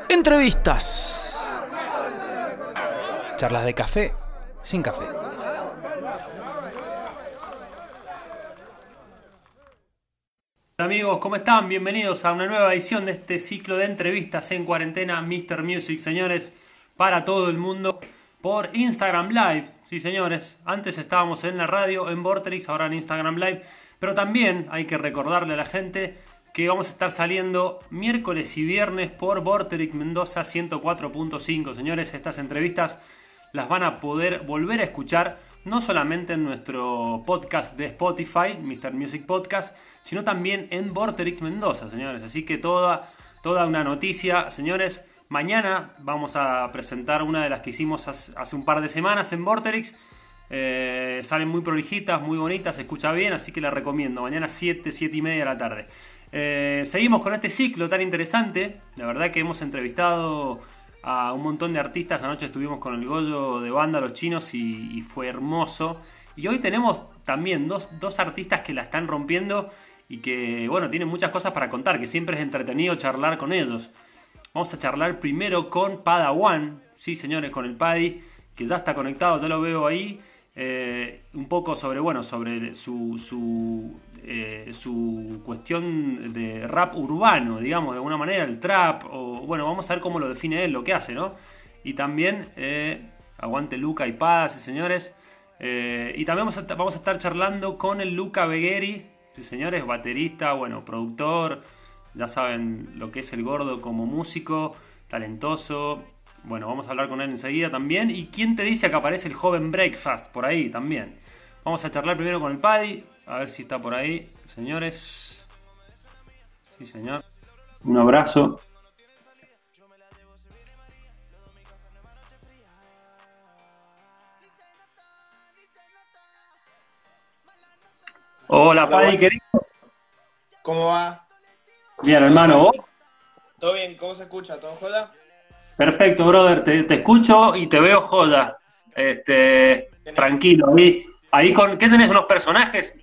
Entrevistas. Charlas de café sin café. Hola amigos, ¿cómo están? Bienvenidos a una nueva edición de este ciclo de entrevistas en cuarentena Mr. Music, señores, para todo el mundo, por Instagram Live. Sí, señores, antes estábamos en la radio, en Vorterix, ahora en Instagram Live, pero también hay que recordarle a la gente que vamos a estar saliendo miércoles y viernes por Vorterix Mendoza 104.5. Señores, estas entrevistas las van a poder volver a escuchar no solamente en nuestro podcast de Spotify, Mr. Music Podcast, sino también en Vorterix Mendoza, señores. Así que toda una noticia, señores. Mañana vamos a presentar una de las que hicimos hace un par de semanas en Vorterix. Salen muy prolijitas, muy bonitas, se escucha bien, así que la recomiendo. Mañana 7 y media de la tarde. Seguimos con este ciclo tan interesante. La verdad que hemos entrevistado a un montón de artistas. Anoche estuvimos con el Goyo de banda Los Chinos y fue hermoso. Y hoy tenemos también dos artistas que la están rompiendo y que, bueno, tienen muchas cosas para contar, que siempre es entretenido charlar con ellos. Vamos a charlar primero con Padawan, sí señores, con el Paddy, que ya está conectado, ya lo veo ahí. Un poco sobre, bueno, sobre su cuestión de rap urbano, digamos, de alguna manera, el trap, o bueno, vamos a ver cómo lo define él, lo que hace, ¿no? Y también, aguante Luca y Pada, sí señores. Y también vamos a estar charlando con el Luca Begheri, sí señores, baterista, bueno, productor, ya saben lo que es el gordo como músico, talentoso. Bueno, vamos a hablar con él enseguida también. ¿Y quién te dice que aparece el joven Breakfast por ahí también? Vamos a charlar primero con el Paddy, a ver si está por ahí, señores. Sí, señor. Un abrazo. Hola, Paddy, querido. ¿Cómo va? Bien, ¿Todo hermano, ¿vos? tranqui? ¿Todo bien? ¿Cómo se escucha? ¿Todo joda? Perfecto, brother, te escucho y te veo joda. Tiene Tranquilo, ahí con, ¿qué tenés? Unos personajes,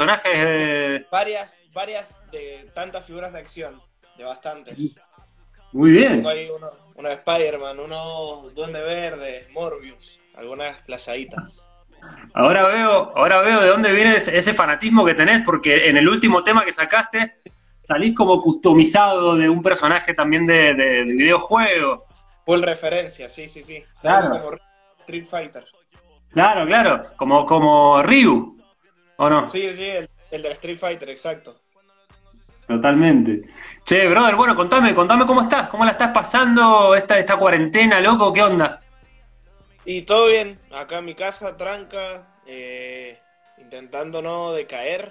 varias de tantas figuras de acción, de bastantes. muy Tengo bien. ahí uno de Spider-Man, uno Duende Verde, Morbius, algunas playaditas. Ahora veo de dónde viene ese fanatismo que tenés, porque en el último tema que sacaste salís como customizado de un personaje también de videojuego. Full referencia, sí, sí, sí. Salgo Claro, como Street Fighter. claro, como Ryu, ¿o no? Sí, sí, el del Street Fighter, exacto. Totalmente. Che, brother, bueno, contame cómo estás, cómo la estás pasando esta cuarentena, loco, ¿qué onda? Y todo bien, acá en mi casa, tranca, intentando no decaer,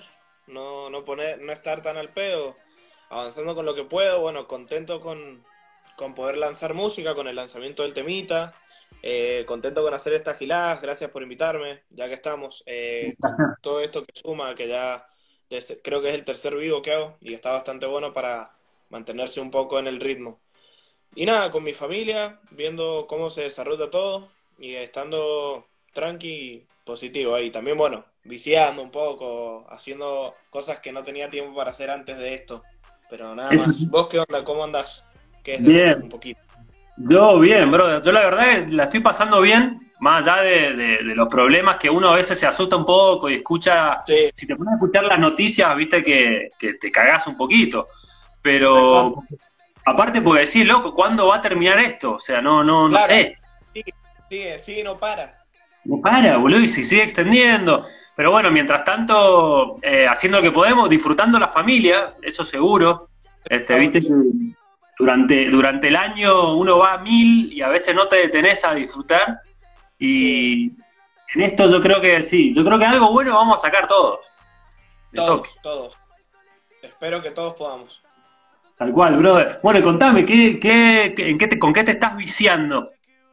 no estar tan al pedo, avanzando con lo que puedo, bueno, contento con poder lanzar música, con el lanzamiento del temita, contento con hacer estas giladas, gracias por invitarme, ya que estamos, con todo esto que suma, que ya creo que es el tercer vivo que hago y está bastante bueno para mantenerse un poco en el ritmo. Y nada, con mi familia, viendo cómo se desarrolla todo y estando tranqui, positivo ahí. También, bueno, viciando un poco, haciendo cosas que no tenía tiempo para hacer antes de esto. Pero nada Eso, más. ¿Vos qué onda? ¿Cómo andás? ¿Qué es de vos? Un bien, poquito. yo bien, brother. Yo la verdad la estoy pasando bien, más allá de los problemas que uno a veces se asusta un poco y escucha, Sí, si te pones a escuchar las noticias, viste que te cagás un poquito. Pero recontra. aparte porque decís, loco, ¿cuándo va a terminar esto? O sea, no Claro, sé. sigue, sigue, no para. No para, boludo, y se sigue extendiendo. Pero bueno, mientras tanto, haciendo lo que podemos, disfrutando la familia, eso seguro. Viste que Vamos. durante el año uno va a mil y a veces no te detenés a disfrutar. Sí, Y en esto yo creo que sí, yo creo que algo bueno vamos a sacar todos, de toque. todos, todos. Espero que todos podamos. Tal cual, brother. Bueno, y contame, ¿con qué te estás viciando?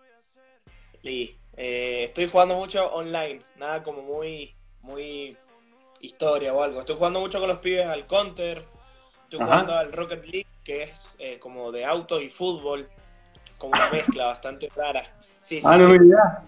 Y estoy jugando mucho online, nada como muy historia o algo. Estoy jugando mucho con los pibes al Counter, estoy jugando Ajá. al Rocket League, que es como de autos y fútbol, como una mezcla bastante rara. Sí, sí, Ah, no me sí. digas.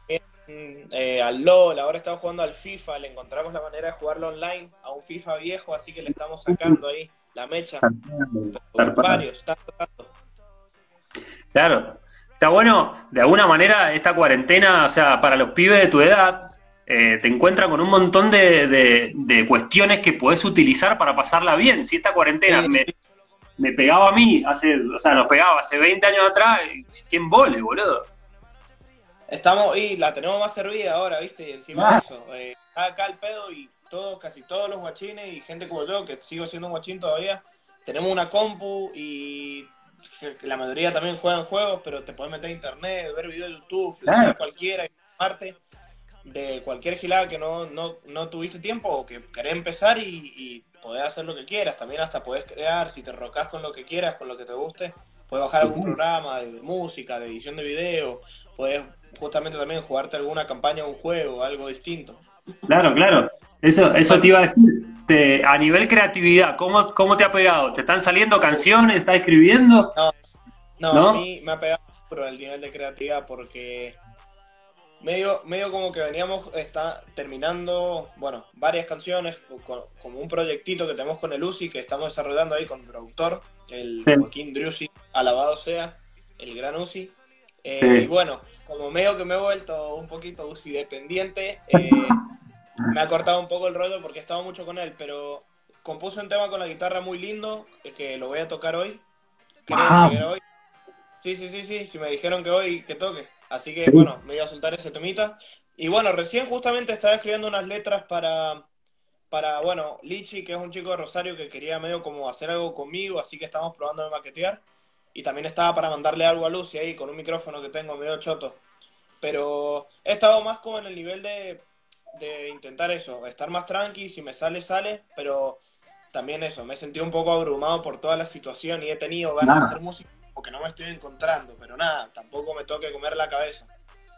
Al LOL, ahora estamos jugando al FIFA, le encontramos la manera de jugarlo online a un FIFA viejo, así que le estamos sacando ahí la mecha. Zarpado, Pero zarpado. varios, está tratando. Claro. Está bueno, de alguna manera, esta cuarentena, o sea, para los pibes de tu edad, te encuentran con un montón de cuestiones que podés utilizar para pasarla bien. Si esta cuarentena Sí, sí. me pegaba a mí, o sea, nos pegaba hace 20 años atrás, ¿quién vole, boludo? Estamos, y la tenemos más servida ahora, ¿viste? Y encima de eso, está acá el pedo y todos, casi todos los guachines y gente como yo, que sigo siendo un guachín todavía, tenemos una compu y la mayoría también juegan juegos, pero te puedes meter a internet, ver videos de YouTube, Claro, flashear cualquiera y parte de cualquier gilada que no tuviste tiempo o que querés empezar y podés hacer lo que quieras. También hasta podés crear, si te rocas con lo que quieras, con lo que te guste, puedes bajar algún programa de música, de edición de video, puedes justamente también jugarte alguna campaña o un juego, algo distinto. claro, claro. Eso te Bueno, iba a decir. A nivel creatividad, ¿cómo te ha pegado? ¿Te están saliendo uf, canciones? ¿Estás escribiendo? no, no, a ¿No? mí me ha pegado por el nivel de creatividad porque medio como que veníamos está terminando, bueno, varias canciones, como un proyectito que tenemos con el UCI que estamos desarrollando ahí con el productor, el Sí, Joaquín Driussi, alabado sea, el gran UCI. Y sí. bueno, como medio que me he vuelto un poquito UCI dependiente, me ha cortado un poco el rollo porque he estado mucho con él, pero compuse un tema con la guitarra muy lindo, que lo voy a tocar hoy, creo que era Wow. hoy. Sí, sí, sí, sí, sí me dijeron que hoy que toque. Así que bueno, me iba a soltar ese temita. Y bueno, recién justamente estaba escribiendo unas letras bueno, Lichi, que es un chico de Rosario que quería medio como hacer algo conmigo, así que estamos probando de maquetear. Y también estaba para mandarle algo a Lucy ahí con un micrófono que tengo medio choto. Pero he estado más como en el nivel de intentar eso, estar más tranqui, si me sale, sale, pero también eso, me he sentido un poco abrumado por toda la situación y he tenido ganas de hacer Claro. música porque no me estoy encontrando, pero nada, tampoco me toque comer la cabeza.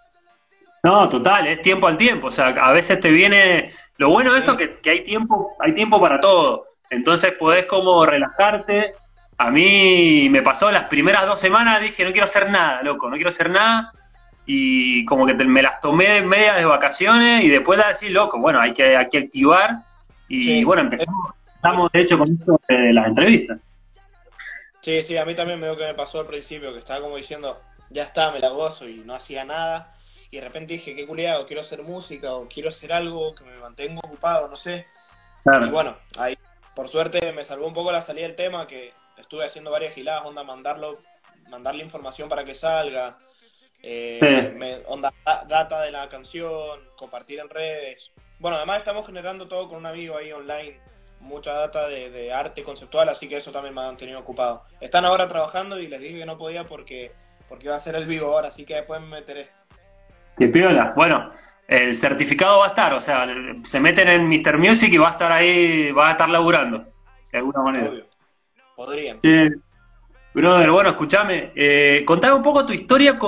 No, total, es tiempo al tiempo. O sea, a veces te viene. Lo bueno de esto Sí, es que hay tiempo para todo. Entonces podés es, como relajarte. A mí me pasó las primeras 2 semanas, dije, no quiero hacer nada, loco, no quiero hacer nada. Y como que me las tomé media de vacaciones y después la decís, loco, bueno, hay que activar. Y sí, bueno, empezamos de hecho con esto de las entrevistas. sí, sí, a mí también me dio que me pasó al principio, que estaba como diciendo, ya está, me la gozo y no hacía nada. Y de repente dije, qué culiado, quiero hacer música o quiero hacer algo que me mantenga ocupado, no sé. Y Claro. bueno, ahí por suerte me salvó un poco la salida del tema, que estuve haciendo varias giladas, onda mandarle información para que salga, Sí. onda data de la canción, compartir en redes. Bueno, además estamos generando todo con un amigo ahí online, mucha data de arte conceptual, así que eso también me ha tenido ocupado. Están ahora trabajando y les dije que no podía porque iba a ser el vivo ahora, así que después me meteré. Qué piola. Bueno, el certificado va a estar, o sea, se meten en Mr. Music y va a estar ahí, va a estar laburando, de alguna manera. Obvio, podrían. Che, brother, bueno, escúchame, contame un poco tu historia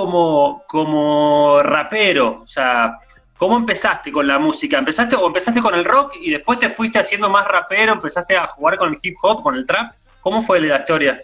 como rapero, o sea, ¿cómo empezaste con la música? ¿Empezaste con el rock y después te fuiste haciendo más rapero, empezaste a jugar con el hip hop, con el trap? ¿Cómo fue la historia?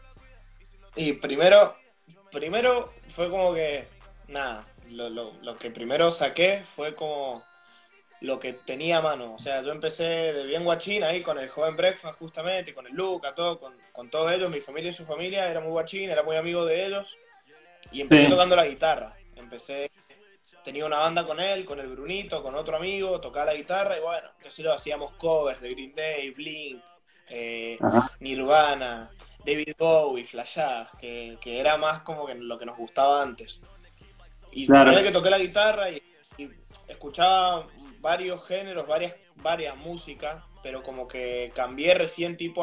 Y primero fue como que, nada, lo que primero saqué fue como lo que tenía a mano. O sea, yo empecé de bien guachín ahí con el joven Breakfast justamente, con el Luca, todo, con todos ellos, mi familia y su familia, era muy guachín, era muy amigo de ellos. Y empecé Sí, tocando la guitarra. Tenía una banda con él, con el Brunito, con otro amigo, tocaba la guitarra y bueno, qué sé yo, hacíamos covers de Green Day, Blink, ajá, Nirvana, David Bowie, flashadas, que era más como que lo que nos gustaba antes. Y ponerle claro, que toqué la guitarra y escuchaba varios géneros, varias músicas, pero como que cambié recién tipo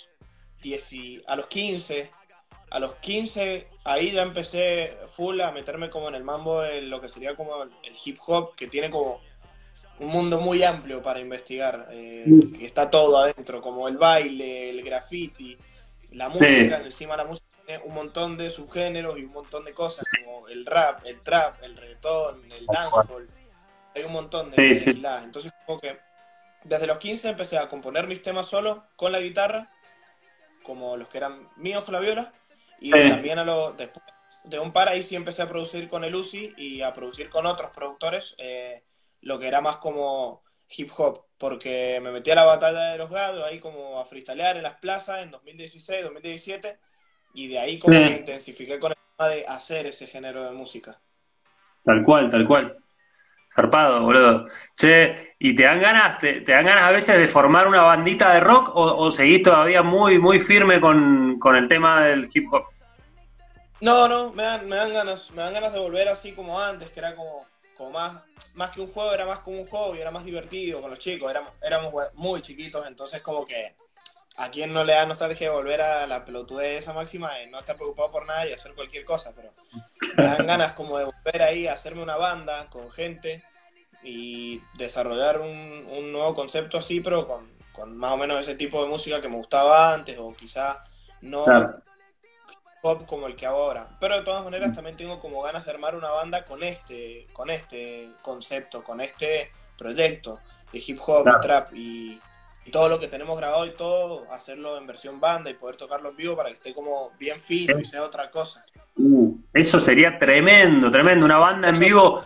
a los 15. A los 15 ahí ya empecé full a meterme como en el mambo de lo que sería como el hip hop, que tiene como un mundo muy amplio para investigar, que está todo adentro, como el baile, el graffiti, la música, sí, encima la música tiene un montón de subgéneros y un montón de cosas, como el rap, el trap, el reggaetón, el dancehall, hay un montón sí, de sí, giladas. Entonces como que desde los 15 empecé a componer mis temas solo con la guitarra, como los que eran míos con la viola, y sí. también después de un par ahí sí empecé a producir con el Uzi y a producir con otros productores, lo que era más como hip hop, porque me metí a la batalla de los gallos ahí como a freestylear en las plazas en 2016, 2017, y de ahí como que Sí. intensifiqué con el de hacer ese género de música. Tal cual, tal cual. Zarpado, boludo. Che, ¿y te dan ganas a veces de formar una bandita de rock o seguís todavía muy, muy firme con el tema del hip hop? No, no, me dan ganas de volver así como antes, que era como más que un juego, era más como un juego y era más divertido con los chicos, éramos muy chiquitos, entonces como que a quien no le da nostalgia de volver a la pelotudez esa máxima de no estar preocupado por nada y hacer cualquier cosa, pero me dan ganas como de volver ahí a hacerme una banda con gente y desarrollar un nuevo concepto así, pero con más o menos ese tipo de música que me gustaba antes, o quizá no Claro. pop como el que hago ahora. Pero de todas maneras también tengo como ganas de armar una banda con este concepto, con este proyecto de hip hop y Claro. trap y todo lo que tenemos grabado y todo, hacerlo en versión banda y poder tocarlo en vivo para que esté como bien fino y sea otra cosa. Eso sería tremendo, tremendo. Una banda De en hecho, vivo.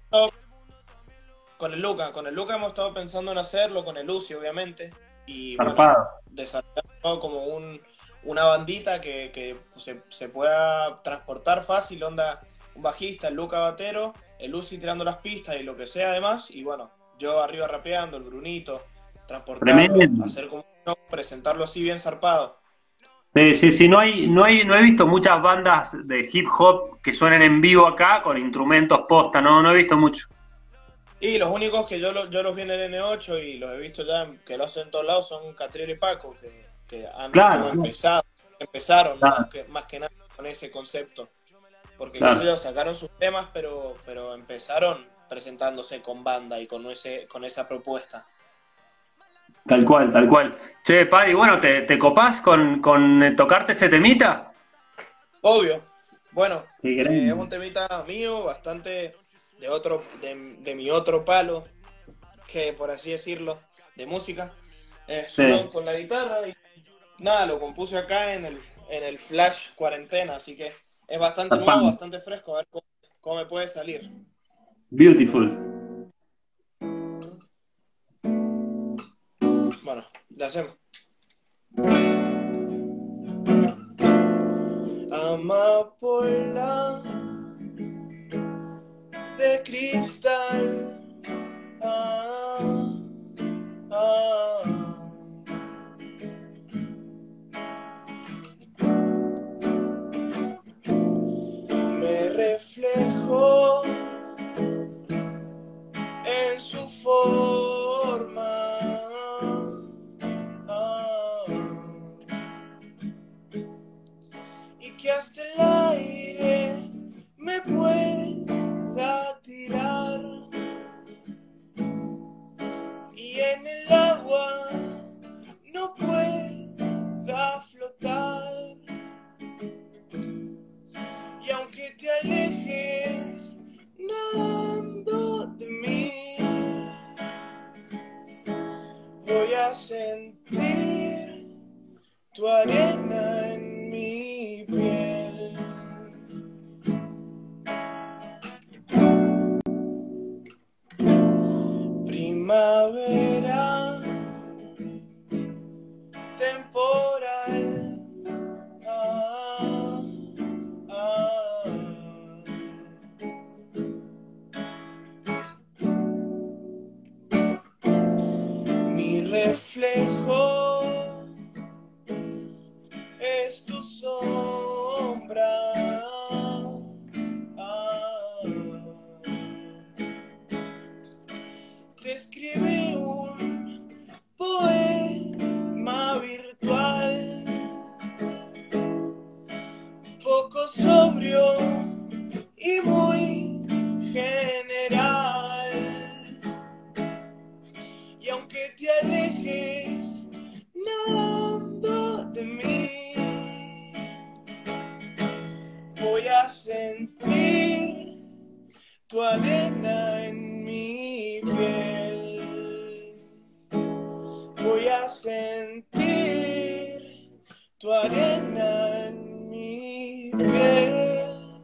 con el Luca hemos estado pensando en hacerlo, con el Lucy obviamente, y bueno, Zarpado. desarrollar todo como una bandita que se pueda transportar fácil, onda, un bajista, el Luca batero, el Lucy tirando las pistas y lo que sea además, y bueno, yo arriba rapeando, el Brunito, transportarlo, Tremendo. hacer como un show, presentarlo así bien zarpado. Sí, sí, sí, no he visto muchas bandas de hip hop que suenen en vivo acá con instrumentos posta, no he visto mucho. Y los únicos que yo los vi en el N8 y los he visto ya que lo hacen en todos lados son Catriel y Paco, que han como Claro, claro, empezaron claro, más que nada con ese concepto. Porque qué sé claro. yo, sacaron sus temas, pero empezaron presentándose con banda y con esa propuesta. Tal cual, tal cual. Che, Paddy, bueno, ¿te copás con tocarte ese temita? Obvio. Bueno, Qué es un grande. temita mío, bastante de mi otro palo, que por así decirlo, de música. Sí. Solo con la guitarra y nada, lo compuse acá en el Flash cuarentena, así que es bastante nuevo, Zarpado. bastante fresco, a ver cómo me puede salir. Beautiful. Bueno, le hacemos. Amapola de cristal. Ah, ah. Me reflejo en su forma. Ah, y que hasta el aire me pueda tirar y en el agua no pueda flotar. Y aunque te alejes nadando de mí, voy a sentir tu arena en mi piel. Primavera temporal. Ah, ah. Mi reflejo es tu sombra. Ah, te escribí un poema virtual, poco sobrio y muy general. Y aunque te alejes nadando de mí, voy a sentir tu arena en mi piel. Voy a sentir tu arena en mi piel.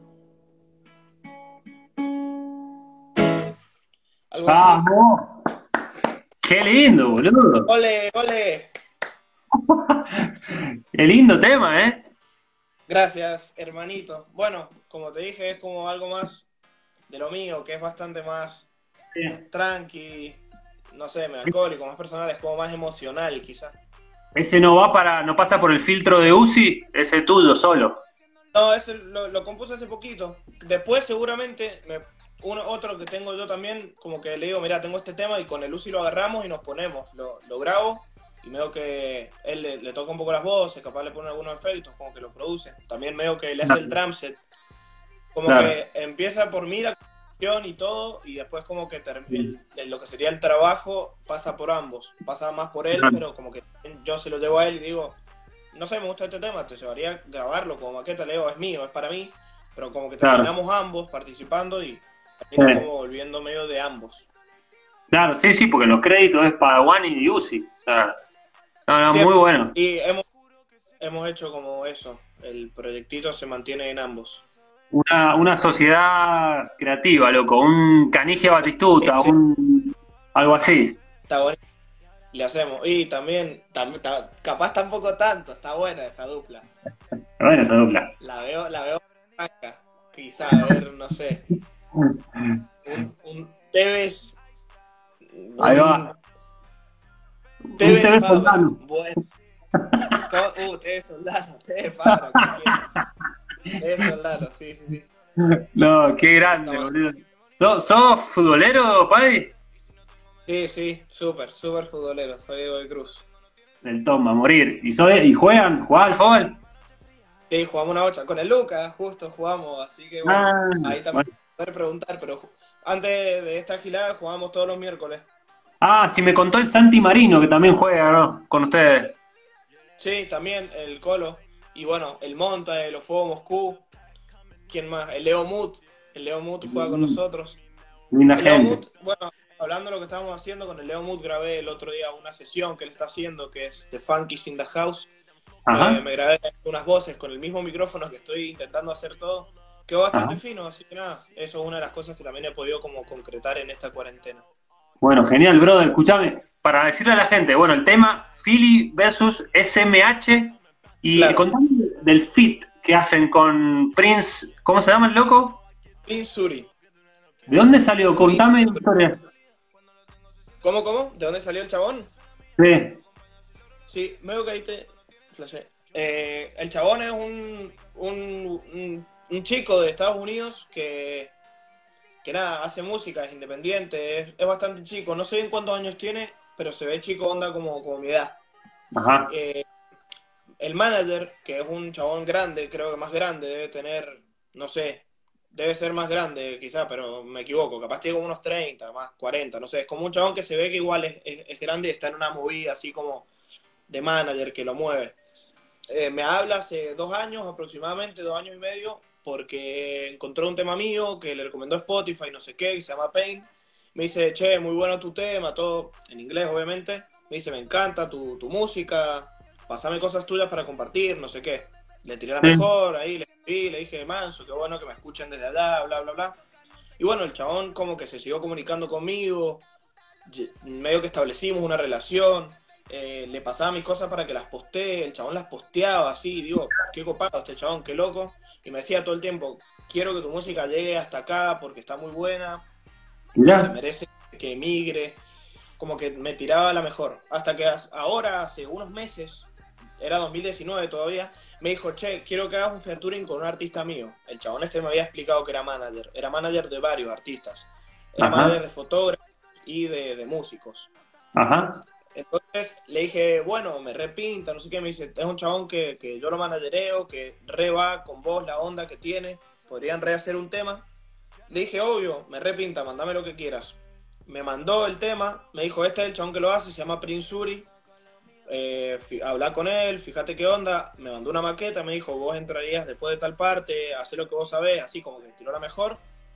Algo así. ¡Vamos! ¡Qué lindo, boludo! ¡Ole, ole! ¡Qué lindo tema, eh! Gracias, hermanito. Bueno, como te dije, es como algo más de lo mío, que es bastante más Sí. tranqui, no sé, melancólico, más personal, es como más emocional, quizás. Ese no pasa por el filtro de Uzi, ese tuyo solo. No, ese lo compuse hace poquito. Después, seguramente, otro que tengo yo también, como que le digo, mira, tengo este tema y con el Uzi lo agarramos y nos ponemos. Lo grabo y veo que él le toca un poco las voces, capaz le pone algunos efectos, como que lo produce. También veo que le hace el drum set. Como Claro, que empieza por mí la canción y todo, y después como que lo que sería el trabajo pasa por ambos. Pasa más por él, claro, pero como que yo se lo llevo a él y digo, no sé, me gusta este tema, te llevaría grabarlo como maqueta, le digo, es mío, es para mí, pero como que claro. terminamos ambos participando y termina Sí. como volviendo medio de ambos. Claro, sí, sí, porque los créditos es Padawan y Uzi. O sea, no, no, muy Siempre. bueno. Y hemos hecho como eso, el proyectito se mantiene en ambos. Una sociedad creativa, loco. Un Canigia Sí, Batistuta, sí, algo así. está bueno. Le hacemos. Y también, capaz tampoco tanto, está buena esa dupla. Bueno, esa dupla. La veo acá, quizá, a ver, no sé, un Tevez, Ahí un va. Un Tevez TV Fabra, Fontano. bueno, Tevez Soldano, Tevez Fabra, cualquiera, Tevez Soldano, sí, sí, sí, No, qué está grande, más. boludo. ¿Sos futbolero, Pai? Sí, sí, súper, súper futbolero, soy Diego de Cruz. Del toma, a morir. ¿Y juegan? ¿Jugás al fútbol? Sí, jugamos una bocha, con el Lucas, justo jugamos, así que bueno, Ah, ahí también bueno. poder preguntar, pero antes de esta gilada jugamos todos los miércoles. Ah, sí me contó el Santi Marino, que también juega, ¿no? Con ustedes. Sí, también el Colo. Y bueno, el Monta, el Fuego Moscú. ¿Quién más? El Leo Mut. El Leo Mut juega con nosotros. Linda El Leo gente. Mut, bueno, hablando de lo que estábamos haciendo, con el Leo Mut grabé el otro día una sesión que él está haciendo, que es The Funkies in the House. Me, Ajá, me grabé unas voces con el mismo micrófono que estoy intentando hacer todo. Quedó bastante ajá. fino, así que nada, eso es una de las cosas que también he podido como concretar en esta cuarentena. Bueno, genial, brother. Escúchame, para decirle a la gente, bueno, el tema Philly versus SMH y Claro, contame del fit que hacen con Prince, ¿cómo se llama el loco? Prince Suri. ¿De dónde salió? Prince Contame la Suri. historia. ¿Cómo? ¿De dónde salió el chabón? Sí, Sí, medio que ahí te flashé. El chabón es un chico de Estados Unidos que nada, hace música, es independiente, es bastante chico. No sé bien cuántos años tiene, pero se ve chico, onda como mi edad. ajá. Eh, el manager, que es un chabón grande, creo que más grande, debe tener, no sé, debe ser más grande quizá, pero me equivoco. Capaz tiene como unos 30 más 40 no sé. Es como un chabón que se ve que igual es grande y está en una movida así como de manager que lo mueve. Me habla hace 2 años aproximadamente, 2 años y medio, porque encontró un tema mío que le recomendó Spotify, no sé qué, que se llama Pain. Me dice, che, muy bueno tu tema, todo en inglés obviamente. Me dice, me encanta tu música, pasame cosas tuyas para compartir, no sé qué. Le tiré la Sí. mejor, ahí le escribí, le dije, manso, qué bueno que me escuchen desde allá, bla, bla, bla. Y bueno, el chabón como que se siguió comunicando conmigo, medio que establecimos una relación, le pasaba mis cosas para que las postee, el chabón las posteaba así, digo, qué copado este chabón, qué loco, y me decía todo el tiempo, quiero que tu música llegue hasta acá porque está muy buena y se Mirá, merece que emigre, como que me tiraba la mejor, hasta que ahora, hace unos meses, era 2019 todavía, me dijo, che, quiero que hagas un featuring con un artista mío. El chabón este me había explicado que era manager de varios artistas, era manager ajá, de fotógrafos y de músicos. ajá. Entonces le dije, bueno, me repinta, no sé qué, me dice, es un chabón que yo lo managereo, que re va con vos la onda que tiene, podrían rehacer un tema. Le dije, obvio, me repinta, mandame lo que quieras. Me mandó el tema, me dijo, este es el chabón que lo hace, se llama Prince Suri, habla con él, fíjate qué onda, me mandó una maqueta, me dijo, vos entrarías después de tal parte, hacé lo que vos sabés, así como que tiró la mejor.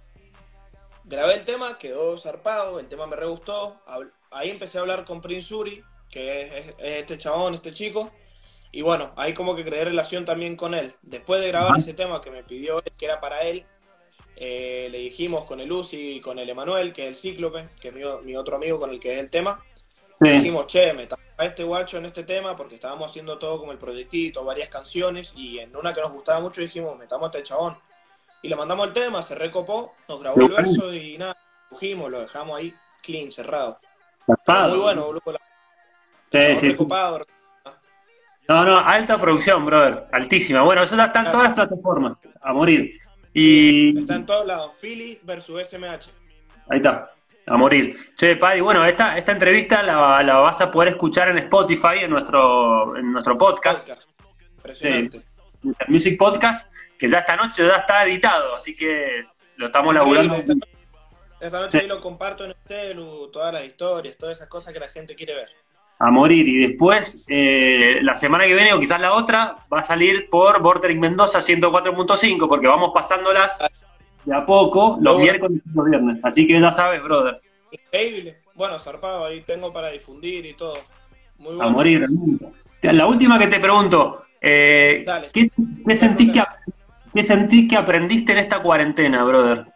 Grabé el tema, quedó zarpado, el tema me re gustó. Ahí empecé a hablar con Prince Suri, que es este chabón, este chico. Y bueno, ahí como que creé relación también con él. Después de grabar ese tema que me pidió él, que era para él, le dijimos con el Uzi y con el Emanuel, que es el Cíclope, que es mi otro amigo con el que es el tema. Sí, Dijimos, che, me está a este guacho en este tema porque estábamos haciendo todo como el proyectito, varias canciones, y en una que nos gustaba mucho dijimos, metamos a este chabón. Y le mandamos el tema, se recopó, nos grabó el verso y nada, cogimos, lo dejamos ahí clean, cerrado. Muy bueno, boludo. Sí. Recopado. No, alta producción, brother, altísima. Bueno, eso ya está en todas las plataformas, a morir. Y sí, está en todos lados, Philly versus SMH. Ahí está, a morir. Che, Paddy, bueno, esta entrevista la vas a poder escuchar en Spotify, en nuestro podcast. Impresionante. Mr. Music Podcast, que ya esta noche ya está editado, así que lo estamos laburando. Esta noche sí lo comparto en el celu, todas las historias, todas esas cosas que la gente quiere ver. A morir. Y después, la semana que viene, o quizás la otra, va a salir por Bordering Mendoza 104.5, porque vamos pasándolas de a poco, los miércoles y los viernes. Así que ya sabes, brother. Increíble. Bueno, zarpado, ahí tengo para difundir y todo. Muy bueno. A morir. La última que te pregunto, ¿qué sentís que aprendiste en esta cuarentena, brother?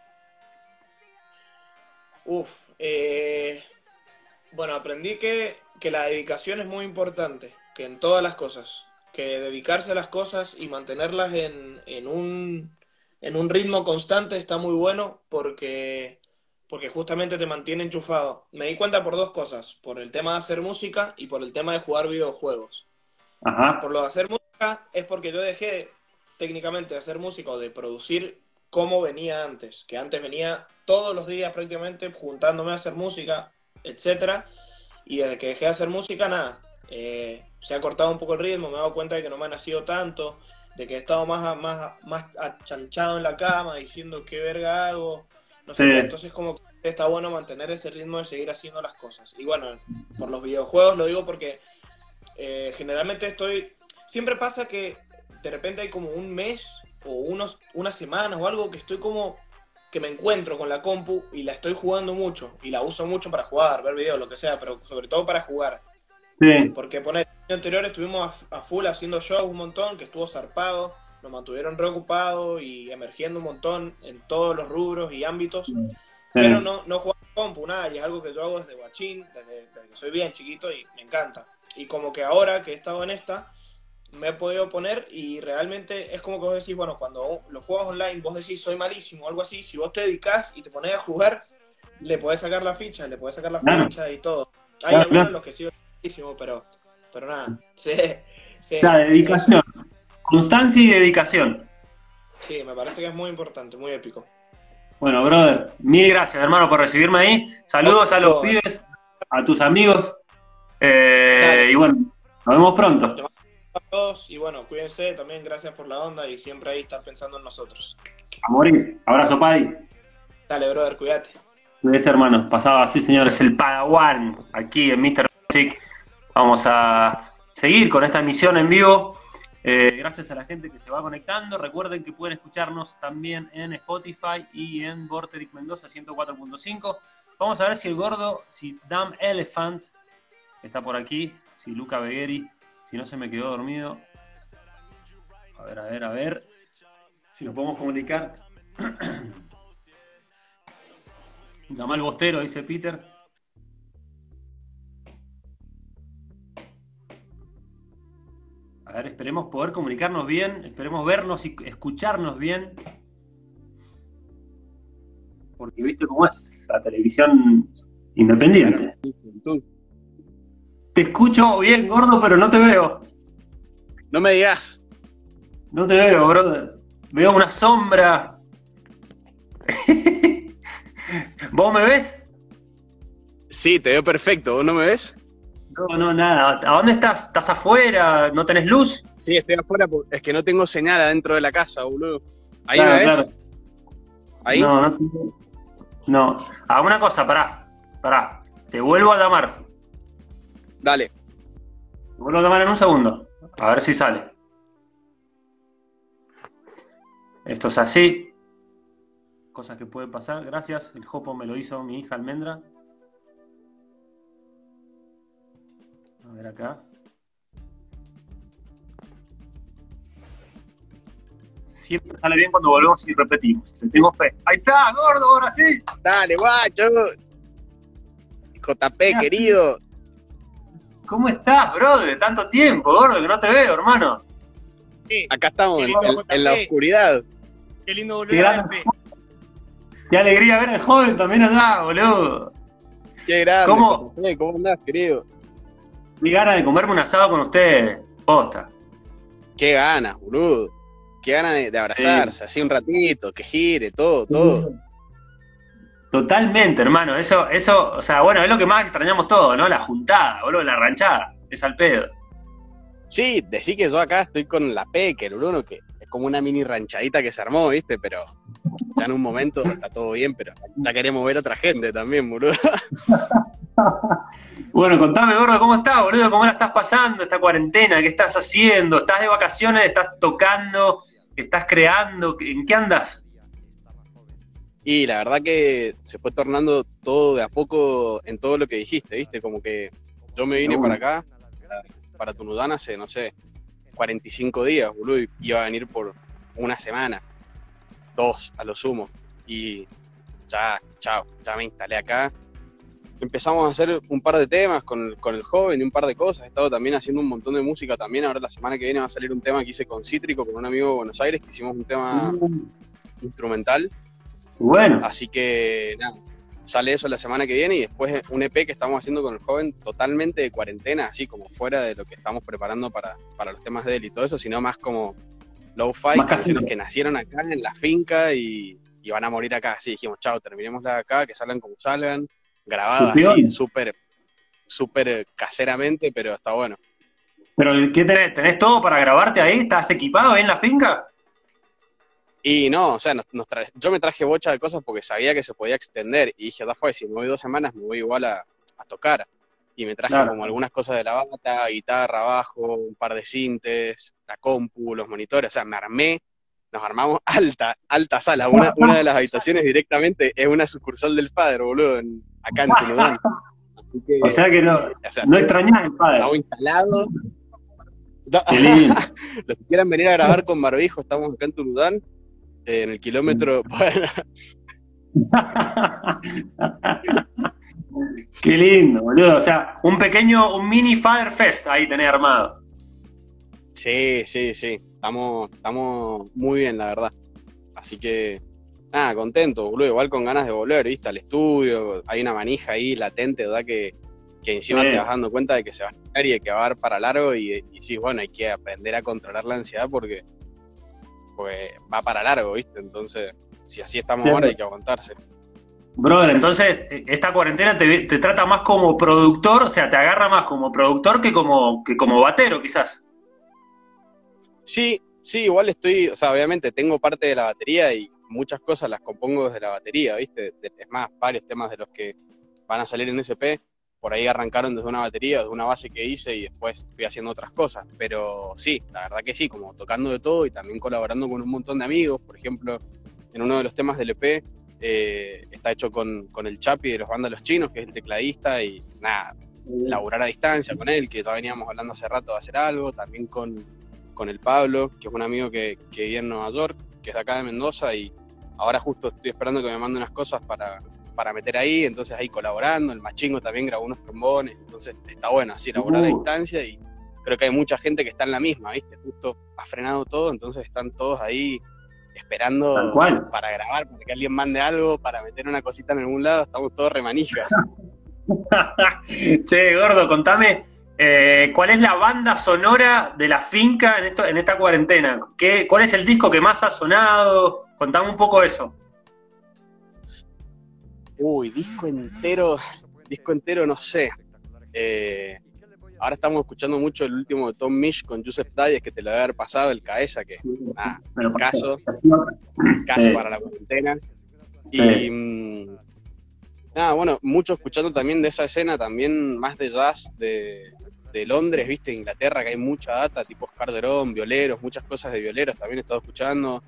Bueno, aprendí que la dedicación es muy importante, que en todas las cosas, que dedicarse a las cosas y mantenerlas en un ritmo constante está muy bueno porque justamente te mantiene enchufado. Me di cuenta por dos cosas, por el tema de hacer música y por el tema de jugar videojuegos. Ajá. Por lo de hacer música es porque yo dejé técnicamente de hacer música o de producir como venía antes, que antes venía todos los días prácticamente juntándome a hacer música, etcétera, y desde que dejé de hacer música, nada, se ha cortado un poco el ritmo, me he dado cuenta de que no me ha nacido tanto, de que he estado más achanchado en la cama, diciendo qué verga hago, no sé, entonces como que está bueno mantener ese ritmo de seguir haciendo las cosas. Y bueno, por los videojuegos lo digo porque generalmente siempre pasa que de repente hay como un mes o unas semanas o algo que estoy como que me encuentro con la compu y la estoy jugando mucho y la uso mucho para jugar, ver videos, lo que sea, pero sobre todo para jugar. Sí. Porque el año anterior estuvimos a full haciendo shows un montón, que estuvo zarpado, nos mantuvieron reocupados y emergiendo un montón en todos los rubros y ámbitos, sí. Pero no jugaba compu, nada, y es algo que yo hago desde guachín, desde que soy bien chiquito y me encanta. Y como que ahora que he estado en esta, me he podido poner y realmente es como que vos decís, bueno, cuando los juegos online vos decís soy malísimo o algo así, si vos te dedicás y te pones a jugar, le podés sacar la ficha, y todo. Hay algunos en los que sí malísimo, pero nada. La dedicación, constancia y dedicación. Sí, me parece que es muy importante, muy épico. Bueno, brother, mil gracias, hermano, por recibirme ahí. Saludos a los pibes, a tus amigos. Y bueno, nos vemos pronto. A todos y bueno, cuídense también, gracias por la onda y siempre ahí estar pensando en nosotros. A morir. Abrazo, Paddy. Dale, brother, cuídate. Cuídese, hermano. Pasaba así, señores, el Padawan aquí en Mr. Music. Vamos a seguir con esta emisión en vivo. Gracias a la gente que se va conectando. Recuerden que pueden escucharnos también en Spotify y en Bordering Mendoza 104.5. Vamos a ver si el gordo, si Damn Elephant está por aquí, si Luca Begheri, si no se me quedó dormido. A ver. Si nos podemos comunicar. Llama al bostero, dice Peter. A ver, esperemos poder comunicarnos bien, esperemos vernos y escucharnos bien. Porque viste cómo es la televisión independiente. Te escucho bien, gordo, pero no te veo. No me digas. No te veo, brother. Veo una sombra. ¿Vos me ves? Sí, te veo perfecto. ¿Vos no me ves? No, nada. ¿A dónde estás? ¿Estás afuera? ¿No tenés luz? Sí, estoy afuera, es que no tengo señal adentro de la casa, boludo. ¿Ahí me ves? Claro. ¿Ahí? No. Hago una cosa, pará. Te vuelvo a llamar. Dale. Te vuelvo a llamar en un segundo. A ver si sale. Esto es así. Cosas que pueden pasar. Gracias. El jopo me lo hizo mi hija Almendra. A ver acá. Siempre sale bien cuando volvemos y repetimos. Le tengo fe. ¡Ahí está, gordo! ¡Ahora sí! ¡Dale, guacho! JP, querido. ¿Cómo estás, bro? De tanto tiempo, gordo, que no te veo, hermano. Sí. Acá estamos en la oscuridad. Qué lindo volver a verte. Qué alegría ver al joven también allá, boludo. Qué grande. ¿Cómo andás, querido? Qué ganas de comerme un asado con ustedes, posta. Qué ganas, boludo. Qué ganas de abrazarse, así un ratito, que gire, todo. Totalmente, hermano. Eso, o sea, bueno, es lo que más extrañamos todos, ¿no? La juntada, boludo, la ranchada, es al pedo. Sí, decí que yo acá estoy con la Peque, boludo, que es como una mini ranchadita que se armó, ¿viste? Pero ya en un momento está todo bien, pero ya queremos ver a otra gente también, boludo. Bueno, contame, gordo, ¿cómo estás, boludo? ¿Cómo la estás pasando esta cuarentena? ¿Qué estás haciendo? ¿Estás de vacaciones? ¿Estás tocando? ¿Estás creando? ¿En qué andas? Y la verdad que se fue tornando todo de a poco en todo lo que dijiste, ¿viste? Como que yo me vine para acá, para Tunudán hace, no sé, 45 días, boludo, y iba a venir por una semana, 2 a lo sumo, y ya me instalé acá. Empezamos a hacer un par de temas con el joven y un par de cosas. He estado también haciendo un montón de música también. Ahora la semana que viene va a salir un tema que hice con Cítrico, con un amigo de Buenos Aires, que hicimos un tema instrumental. Bueno. Así que nada, sale eso la semana que viene y después un EP que estamos haciendo con el joven totalmente de cuarentena, así como fuera de lo que estamos preparando para los temas de él y todo eso, sino más como lo-fi, canciones que nacieron acá en la finca y van a morir acá. Así dijimos, chao, terminémosla acá, que salgan como salgan, grabadas así, súper caseramente, pero está bueno. ¿Pero qué tenés todo para grabarte ahí? ¿Estás equipado ahí en la finca? Y no, o sea, yo me traje bocha de cosas porque sabía que se podía extender y dije, si me voy 2 semanas me voy igual a tocar. Y me traje como algunas cosas de la bata, guitarra, bajo, un par de sintes, la compu, los monitores, o sea, nos armamos alta sala. Una de las habitaciones directamente es una sucursal del Fader, boludo, acá en Tunudán. Así que, o sea que no extrañás el Fader. Estamos instalados. Qué lindo. Los que quieran venir a grabar con barbijo, estamos acá en Tunudán. En el kilómetro. Bueno. Qué lindo, boludo. O sea, un mini Father Fest ahí tenés armado. Sí. Estamos muy bien, la verdad. Así que, nada, contento, boludo. Igual con ganas de volver, ¿viste? Al estudio. Hay una manija ahí latente, ¿verdad? Que encima te vas dando cuenta de que se va a estar y que va a dar para largo. Y sí, bueno, hay que aprender a controlar la ansiedad porque va para largo, ¿viste? Entonces, si así estamos ahora, hay que aguantarse. Brother, entonces, esta cuarentena te trata más como productor, o sea, te agarra más como productor que como batero, quizás. Sí, igual o sea, obviamente tengo parte de la batería y muchas cosas las compongo desde la batería, ¿viste? Es más, varios temas de los que van a salir en SP, por ahí arrancaron desde una batería, desde una base que hice y después fui haciendo otras cosas. Pero sí, la verdad que sí, como tocando de todo y también colaborando con un montón de amigos. Por ejemplo, en uno de los temas del EP está hecho con el Chapi de los Vándalos Chinos, que es el tecladista, y nada, laburar a distancia con él, que ya veníamos hablando hace rato de hacer algo. También con el Pablo, que es un amigo que vive en Nueva York, que es de acá de Mendoza, y ahora justo estoy esperando que me mande unas cosas para meter ahí, entonces ahí colaborando. El Machingo también grabó unos trombones, entonces está bueno así laburar a distancia, y creo que hay mucha gente que está en la misma, ¿viste? Justo ha frenado todo, entonces están todos ahí esperando para grabar, para que alguien mande algo, para meter una cosita en algún lado. Estamos todos remanijas. Che, gordo, contame, ¿cuál es la banda sonora de la finca en esta cuarentena? ¿Cuál es el disco que más ha sonado? Contame un poco eso. Uy, disco entero, no sé. Ahora estamos escuchando mucho el último de Tom Misch con Joseph Dias, que te lo debe haber pasado, el Cabeza, que caso para la cuarentena. Y nada, bueno, mucho escuchando también de esa escena, también más de jazz de Londres, ¿viste? Inglaterra, que hay mucha data, tipo Oscar Derón, violeros, muchas cosas de violeros también he estado escuchando.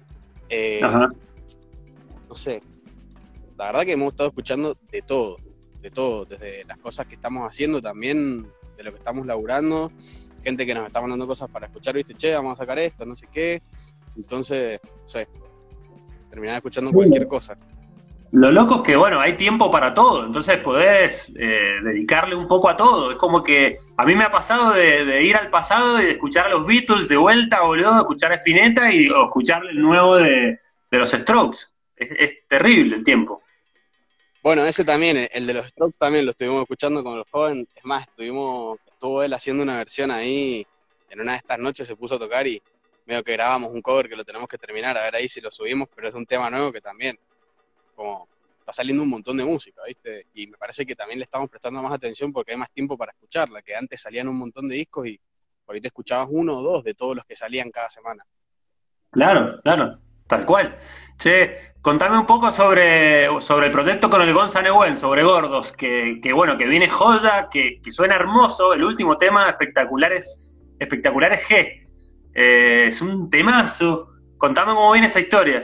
No sé. La verdad que hemos estado escuchando de todo, desde las cosas que estamos haciendo también, de lo que estamos laburando, gente que nos está mandando cosas para escuchar, ¿viste? Che, vamos a sacar esto, no sé qué. Entonces, no sé, terminar escuchando cualquier cosa. Lo loco es que, bueno, hay tiempo para todo, entonces podés dedicarle un poco a todo. Es como que a mí me ha pasado de ir al pasado y de escuchar a los Beatles de vuelta, boludo, escuchar a Spinetta o escuchar el nuevo de los Strokes. Es terrible el tiempo. Bueno, ese también, el de los Strokes también lo estuvimos escuchando con los jóvenes. Es más, estuvo él haciendo una versión ahí, en una de estas noches se puso a tocar y medio que grabamos un cover que lo tenemos que terminar, a ver ahí si lo subimos, pero es un tema nuevo que también, como, está saliendo un montón de música, ¿viste? Y me parece que también le estamos prestando más atención porque hay más tiempo para escucharla, que antes salían un montón de discos y ahorita escuchabas uno o dos de todos los que salían cada semana. Claro, claro, tal cual. Che, contame un poco sobre el proyecto con el Gonza Neuel, sobre Gordos, que bueno, que viene joya, que suena hermoso, el último tema, espectaculares G. Es un temazo. Contame cómo viene esa historia.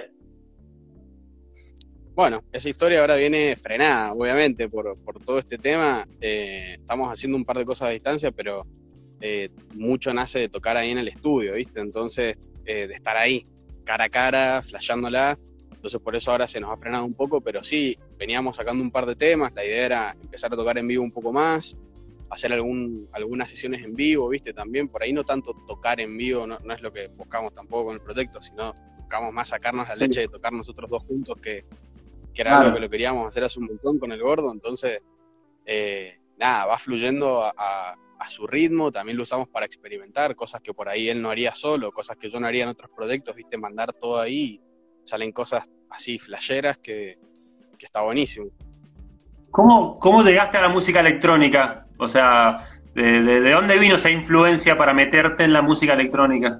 Bueno, esa historia ahora viene frenada, obviamente, por todo este tema. Estamos haciendo un par de cosas a distancia, pero mucho nace de tocar ahí en el estudio, ¿viste? Entonces, de estar ahí, cara a cara, flasheándola. Entonces, por eso ahora se nos ha frenado un poco, pero sí, veníamos sacando un par de temas. La idea era empezar a tocar en vivo un poco más, hacer algunas sesiones en vivo, ¿viste? También, por ahí no tanto tocar en vivo, no es lo que buscamos tampoco con el proyecto, sino buscamos más sacarnos la leche de tocar nosotros dos juntos, que era algo que lo queríamos hacer hace un montón con el Gordo. Entonces, nada, va fluyendo a su ritmo. También lo usamos para experimentar, cosas que por ahí él no haría solo, cosas que yo no haría en otros proyectos, ¿viste? Mandar todo ahí, salen cosas así flasheras que está buenísimo. ¿Cómo llegaste a la música electrónica? O sea, ¿de dónde vino esa influencia para meterte en la música electrónica?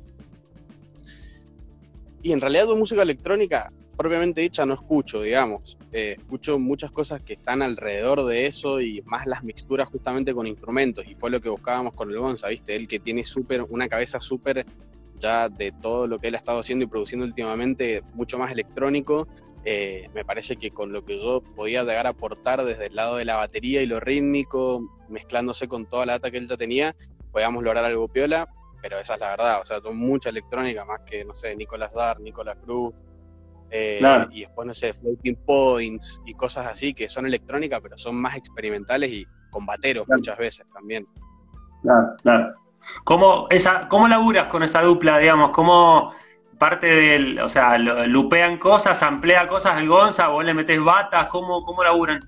Y en realidad de música electrónica propiamente dicha no escucho, digamos. Escucho muchas cosas que están alrededor de eso y más las mixturas justamente con instrumentos, y fue lo que buscábamos con el Gonza, ¿viste? Él que tiene una cabeza súper ya de todo lo que él ha estado haciendo y produciendo últimamente, mucho más electrónico. Me parece que con lo que yo podía llegar a aportar desde el lado de la batería y lo rítmico, mezclándose con toda la data que él ya tenía, podíamos lograr algo piola, pero esa es la verdad. O sea, con mucha electrónica, más que, no sé, Nicolás Dar, Nicolás Cruz, Claro. y después, no sé, Floating Points y cosas así que son electrónicas, pero son más experimentales y con bateros muchas veces también. Claro, claro. ¿Cómo laburas con esa dupla, digamos? ¿Cómo parte o sea, lupean cosas, amplía cosas el Gonza, vos le metés batas? ¿Cómo laburan?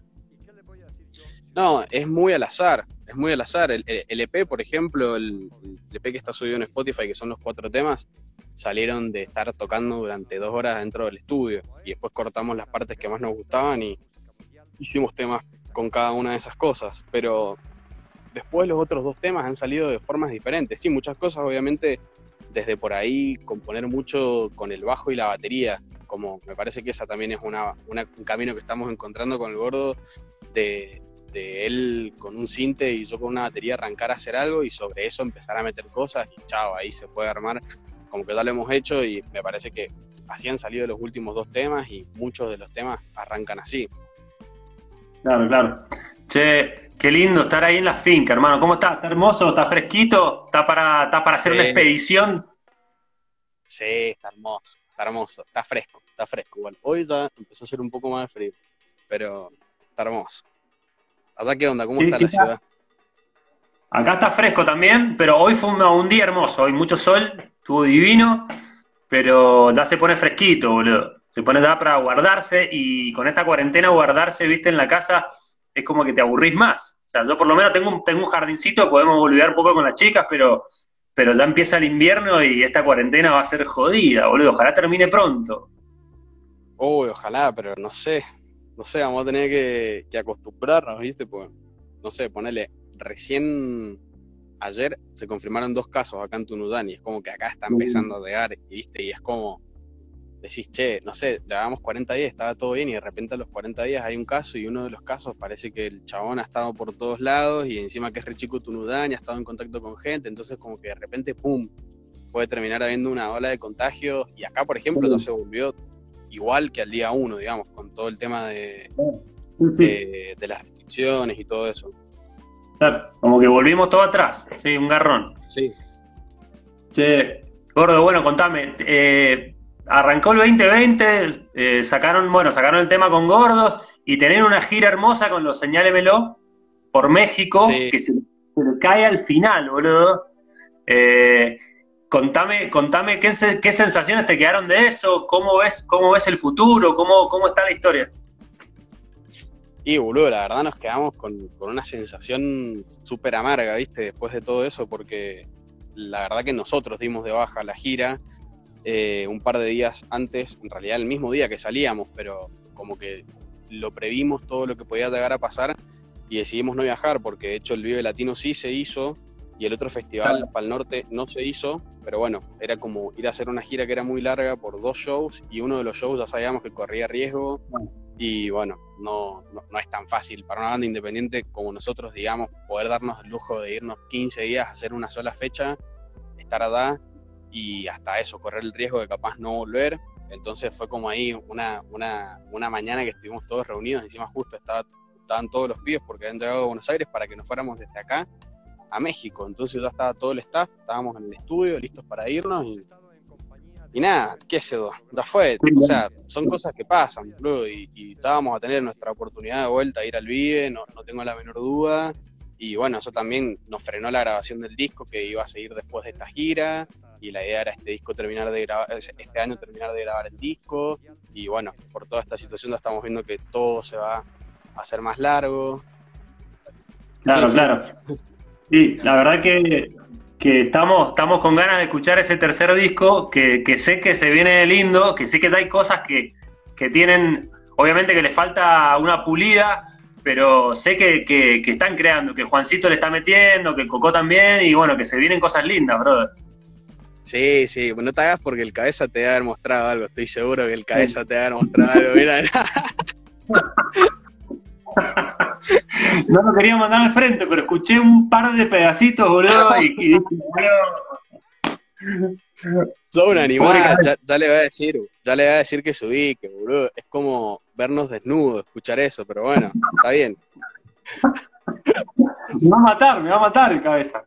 No, es muy al azar. El EP, por ejemplo, el EP que está subido en Spotify, que son los 4 temas, salieron de estar tocando durante 2 horas dentro del estudio, y después cortamos las partes que más nos gustaban y hicimos temas con cada una de esas cosas. Pero después los otros 2 temas han salido de formas diferentes. Sí, muchas cosas, obviamente, desde por ahí componer mucho con el bajo y la batería, como me parece que esa también es un camino que estamos encontrando con el Gordo, de él con un sinte y yo con una batería arrancar a hacer algo y sobre eso empezar a meter cosas y chao, ahí se puede armar, como que ya lo hemos hecho, y me parece que así han salido los últimos 2 temas y muchos de los temas arrancan así. Claro, claro. Che, qué lindo estar ahí en la finca, hermano. ¿Cómo está? ¿Está hermoso? ¿Está fresquito? ¿Está para hacer una expedición? Sí, está hermoso, está fresco igual. Hoy ya empezó a hacer un poco más de frío, pero está hermoso. ¿Allá qué onda? ¿Cómo está la ciudad? Acá está fresco también, pero hoy fue un día hermoso, hoy mucho sol, estuvo divino, pero ya se pone fresquito, boludo. Se pone ya para guardarse, y con esta cuarentena guardarse, viste, en la casa, es como que te aburrís más. O sea, yo por lo menos tengo un jardincito, podemos olvidar un poco con las chicas, pero ya empieza el invierno y esta cuarentena va a ser jodida, boludo. Ojalá termine pronto. Uy, ojalá, pero no sé, vamos a tener que acostumbrarnos, ¿viste? Pues, no sé, ponele, recién ayer se confirmaron 2 casos acá en Tunuyán, y es como que acá está empezando a llegar, ¿viste? Y es como, decís, che, no sé, llevábamos 40 días, estaba todo bien, y de repente a los 40 días hay un caso, y uno de los casos parece que el chabón ha estado por todos lados, y encima que es re chico Tunuyán y ha estado en contacto con gente, entonces como que de repente, pum, puede terminar habiendo una ola de contagios, y acá, por ejemplo, no se volvió igual que al día 1, digamos, con todo el tema de las restricciones y todo eso. Claro, como que volvimos todo atrás, sí, un garrón. Sí. Che, Gordo, bueno, contame, arrancó el 2020, sacaron el tema con Gordos y tener una gira hermosa con los Señálemelo por México, Sí. que se le cae al final, boludo. Contame qué sensaciones te quedaron de eso, cómo ves el futuro, cómo está la historia. Y boludo, la verdad nos quedamos con una sensación súper amarga, ¿viste? Después de todo eso, porque la verdad que nosotros dimos de baja la gira un par de días antes, en realidad el mismo día que salíamos, pero como que lo previmos todo lo que podía llegar a pasar y decidimos no viajar, porque de hecho el Vive Latino sí se hizo y el otro festival para el norte no se hizo, pero bueno, era como ir a hacer una gira que era muy larga por 2 shows y uno de los shows ya sabíamos que corría riesgo. Y bueno, no es tan fácil para una banda independiente como nosotros, digamos, poder darnos el lujo de irnos 15 días a hacer una sola fecha, estar allá y hasta eso, correr el riesgo de capaz no volver. Entonces fue como ahí una mañana que estuvimos todos reunidos, encima justo estaban todos los pibes porque habían llegado a Buenos Aires para que nos fuéramos desde acá a México. Entonces ya estaba todo el staff, estábamos en el estudio listos para irnos y nada, qué sé yo, ya fue, o sea, son cosas que pasan, boludo, y ya vamos a tener nuestra oportunidad de vuelta a ir al Vive, no tengo la menor duda, y bueno, eso también nos frenó la grabación del disco que iba a seguir después de esta gira, y la idea era este año terminar de grabar el disco, y bueno, por toda esta situación ya estamos viendo que todo se va a hacer más largo. Claro, Sí. claro. Sí, la verdad que estamos con ganas de escuchar ese tercer disco, que sé que se viene lindo, que sé que hay cosas que tienen, obviamente que le falta una pulida, pero sé que están creando, que Juancito le está metiendo, que Cocó también, y bueno, que se vienen cosas lindas, brother. Sí, no te hagas porque el Cabeza te va a haber mostrado algo, estoy seguro que el Cabeza te va a haber mostrado algo, mira. No lo quería mandar al frente, pero escuché un par de pedacitos, boludo, y dije, Sos un animal, ya le voy a decir que subí, que boludo, es como vernos desnudos, escuchar eso, pero bueno, está bien. me va a matar el Cabeza.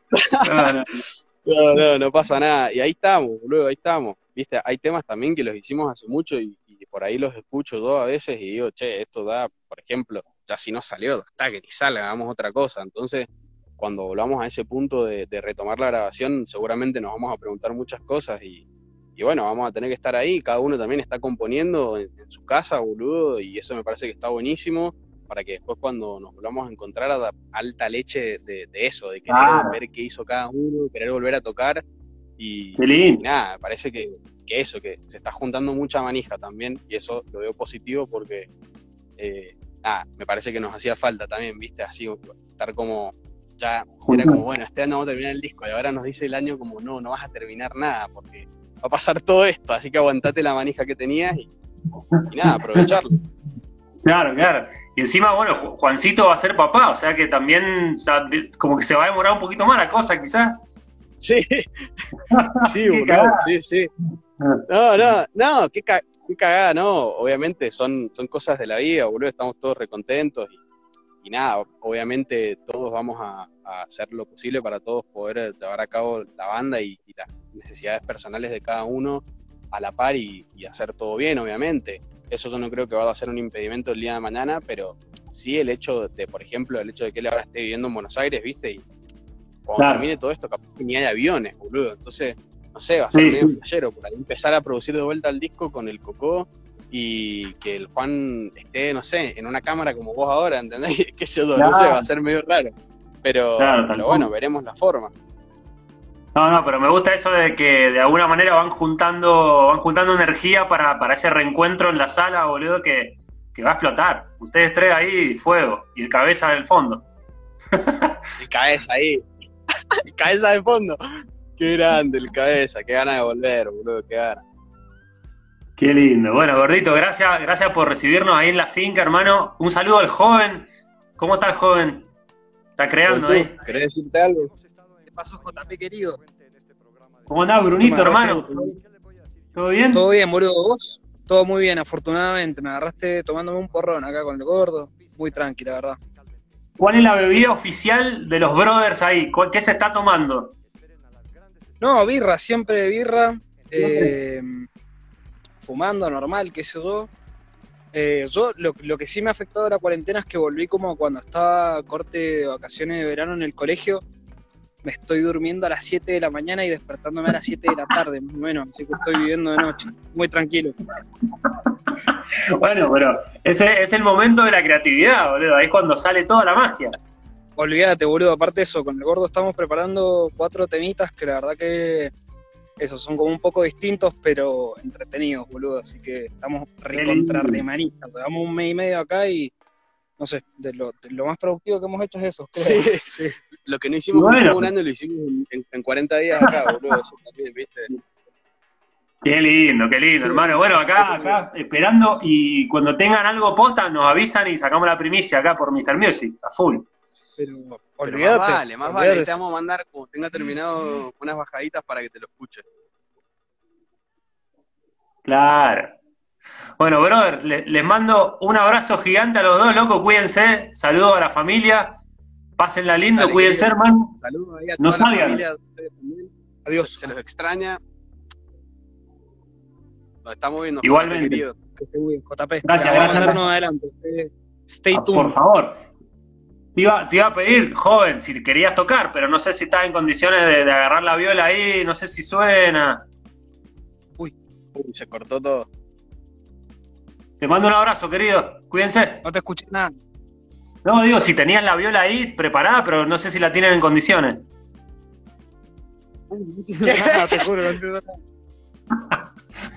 No pasa nada, y ahí estamos, boludo, ahí estamos, viste, hay temas también que los hicimos hace mucho y por ahí los escucho yo a veces y digo, che, esto da, por ejemplo, ya si no salió, está que ni salga, hagamos otra cosa. Entonces, cuando volvamos a ese punto de retomar la grabación, seguramente nos vamos a preguntar muchas cosas y bueno, vamos a tener que estar ahí, cada uno también está componiendo en su casa, boludo, y eso me parece que está buenísimo, para que después cuando nos volvamos a encontrar a alta leche de eso, de querer ver qué hizo cada uno, querer volver a tocar, y nada, me parece que eso, que se está juntando mucha manija también, y eso lo veo positivo porque, me parece que nos hacía falta también, viste, así, estar como, ya, era como, bueno, este año vamos a terminar el disco, y ahora nos dice el año como, no vas a terminar nada, porque va a pasar todo esto, así que aguantate la manija que tenías, y nada, aprovecharlo. Claro. Y encima, bueno, Juancito va a ser papá, o sea que también, o sea, como que se va a demorar un poquito más la cosa, quizás. Sí, boludo, sí. No, qué cagada, no, obviamente son cosas de la vida, boludo, estamos todos recontentos y nada, obviamente todos vamos a hacer lo posible para todos poder llevar a cabo la banda y las necesidades personales de cada uno a la par y hacer todo bien, obviamente. Eso yo no creo que vaya a ser un impedimento el día de mañana, pero sí el hecho de, por ejemplo, el hecho de que él ahora esté viviendo en Buenos Aires, ¿viste? Y cuando termine todo esto, capaz que ni hay aviones, boludo. Entonces, no sé, va a ser medio flashero por ahí empezar a producir de vuelta el disco con el Cocó y que el Juan esté, no sé, en una cámara como vos ahora, ¿entendés? Qué sé yo, no sé, va a ser medio raro. Pero bueno, veremos la forma. No, pero me gusta eso de que de alguna manera van juntando energía para ese reencuentro en la sala, boludo, que va a explotar. Ustedes tres ahí, fuego, y el Cabeza en el fondo. El Cabeza ahí, el Cabeza de fondo. Qué grande el Cabeza, qué gana de volver, boludo, qué gana. Qué lindo. Bueno, Gordito, gracias por recibirnos ahí en la finca, hermano. Un saludo al joven. ¿Cómo está el joven? ¿Está creando ahí? ¿Querés decirte algo? ¿Qué pasó, JP querido? ¿Cómo andás, Brunito, hermano? ¿Todo bien? Todo bien, boludo. ¿Vos? Todo muy bien, afortunadamente. Me agarraste tomándome un porrón acá con el gordo. Muy tranqui, la verdad. ¿Cuál es la bebida oficial de los brothers ahí? ¿Qué se está tomando? No, birra, siempre birra. fumando, normal, qué sé yo. Yo lo que sí me ha afectado la cuarentena es que volví como cuando estaba corte de vacaciones de verano en el colegio. Me estoy durmiendo a las 7 de la mañana y despertándome a las 7 de la tarde, más o menos, así que estoy viviendo de noche, muy tranquilo. Bueno, pero ese es el momento de la creatividad, boludo. Ahí es cuando sale toda la magia. Olvídate, boludo, aparte de eso, con el gordo estamos preparando 4 temitas que la verdad que esos son como un poco distintos, pero entretenidos, boludo, así que estamos recontra remanistas. Llevamos un mes y medio acá y no sé, de lo más productivo que hemos hecho es eso. Creo. Sí. Lo que no hicimos en todo un año lo hicimos en 40 días acá, boludo. Eso también, ¿viste? Qué lindo, hermano. Bueno, acá esperando, y cuando tengan algo posta nos avisan y sacamos la primicia acá por Mr. Music, a full. Pero olvídate. Más vale, olvídate. te vamos a mandar cuando tenga terminado unas bajaditas para que te lo escuches. Claro. Bueno, brother, les mando un abrazo gigante a los dos, loco, cuídense, saludos a la familia, pásenla lindo, Dale, cuídense, querido. hermano. Saludos ahí a No toda la salgan. familia. Adiós. Se los extraña. Nos estamos viendo. Igualmente. Querido. Que esté muy bien, JP. Gracias, Vamos a gracias. mandarnos adelante. Stay tuned. Por favor. Te iba a pedir, joven, si querías tocar, pero no sé si estás en condiciones de agarrar la viola ahí, no sé si suena. Uy, se cortó todo. Te mando un abrazo, querido. Cuídense. No te escuché nada. No, digo, si tenían la viola ahí preparada, pero no sé si la tienen en condiciones. Nada, te juro, no entiendo nada.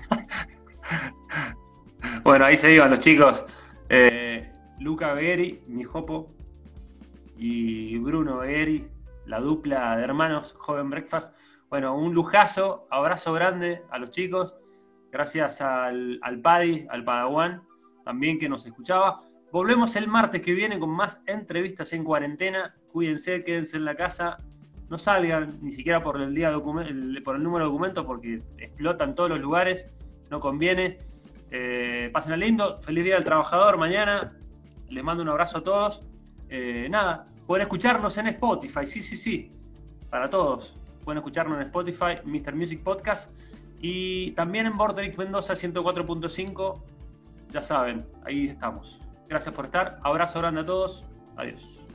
Bueno, ahí se iban los chicos. Luca Begheri, mi jopo, y Bruno Begheri, la dupla de hermanos, Joven Breakfast. Bueno, un lujazo, abrazo grande a los chicos. Gracias al Paddy, al Padawan, también que nos escuchaba. Volvemos el martes que viene con más entrevistas en cuarentena. Cuídense, quédense en la casa. No salgan ni siquiera por el por el número de documento porque explotan todos los lugares. No conviene. Pásenla lindo. Feliz Día del Trabajador mañana. Les mando un abrazo a todos. Nada, pueden escucharnos en Spotify. Sí. Para todos. Pueden escucharnos en Spotify, Mr. Music Podcast. Y también en Vorterix Mendoza 104.5. Ya saben, ahí estamos. Gracias por estar. Abrazo grande a todos. Adiós.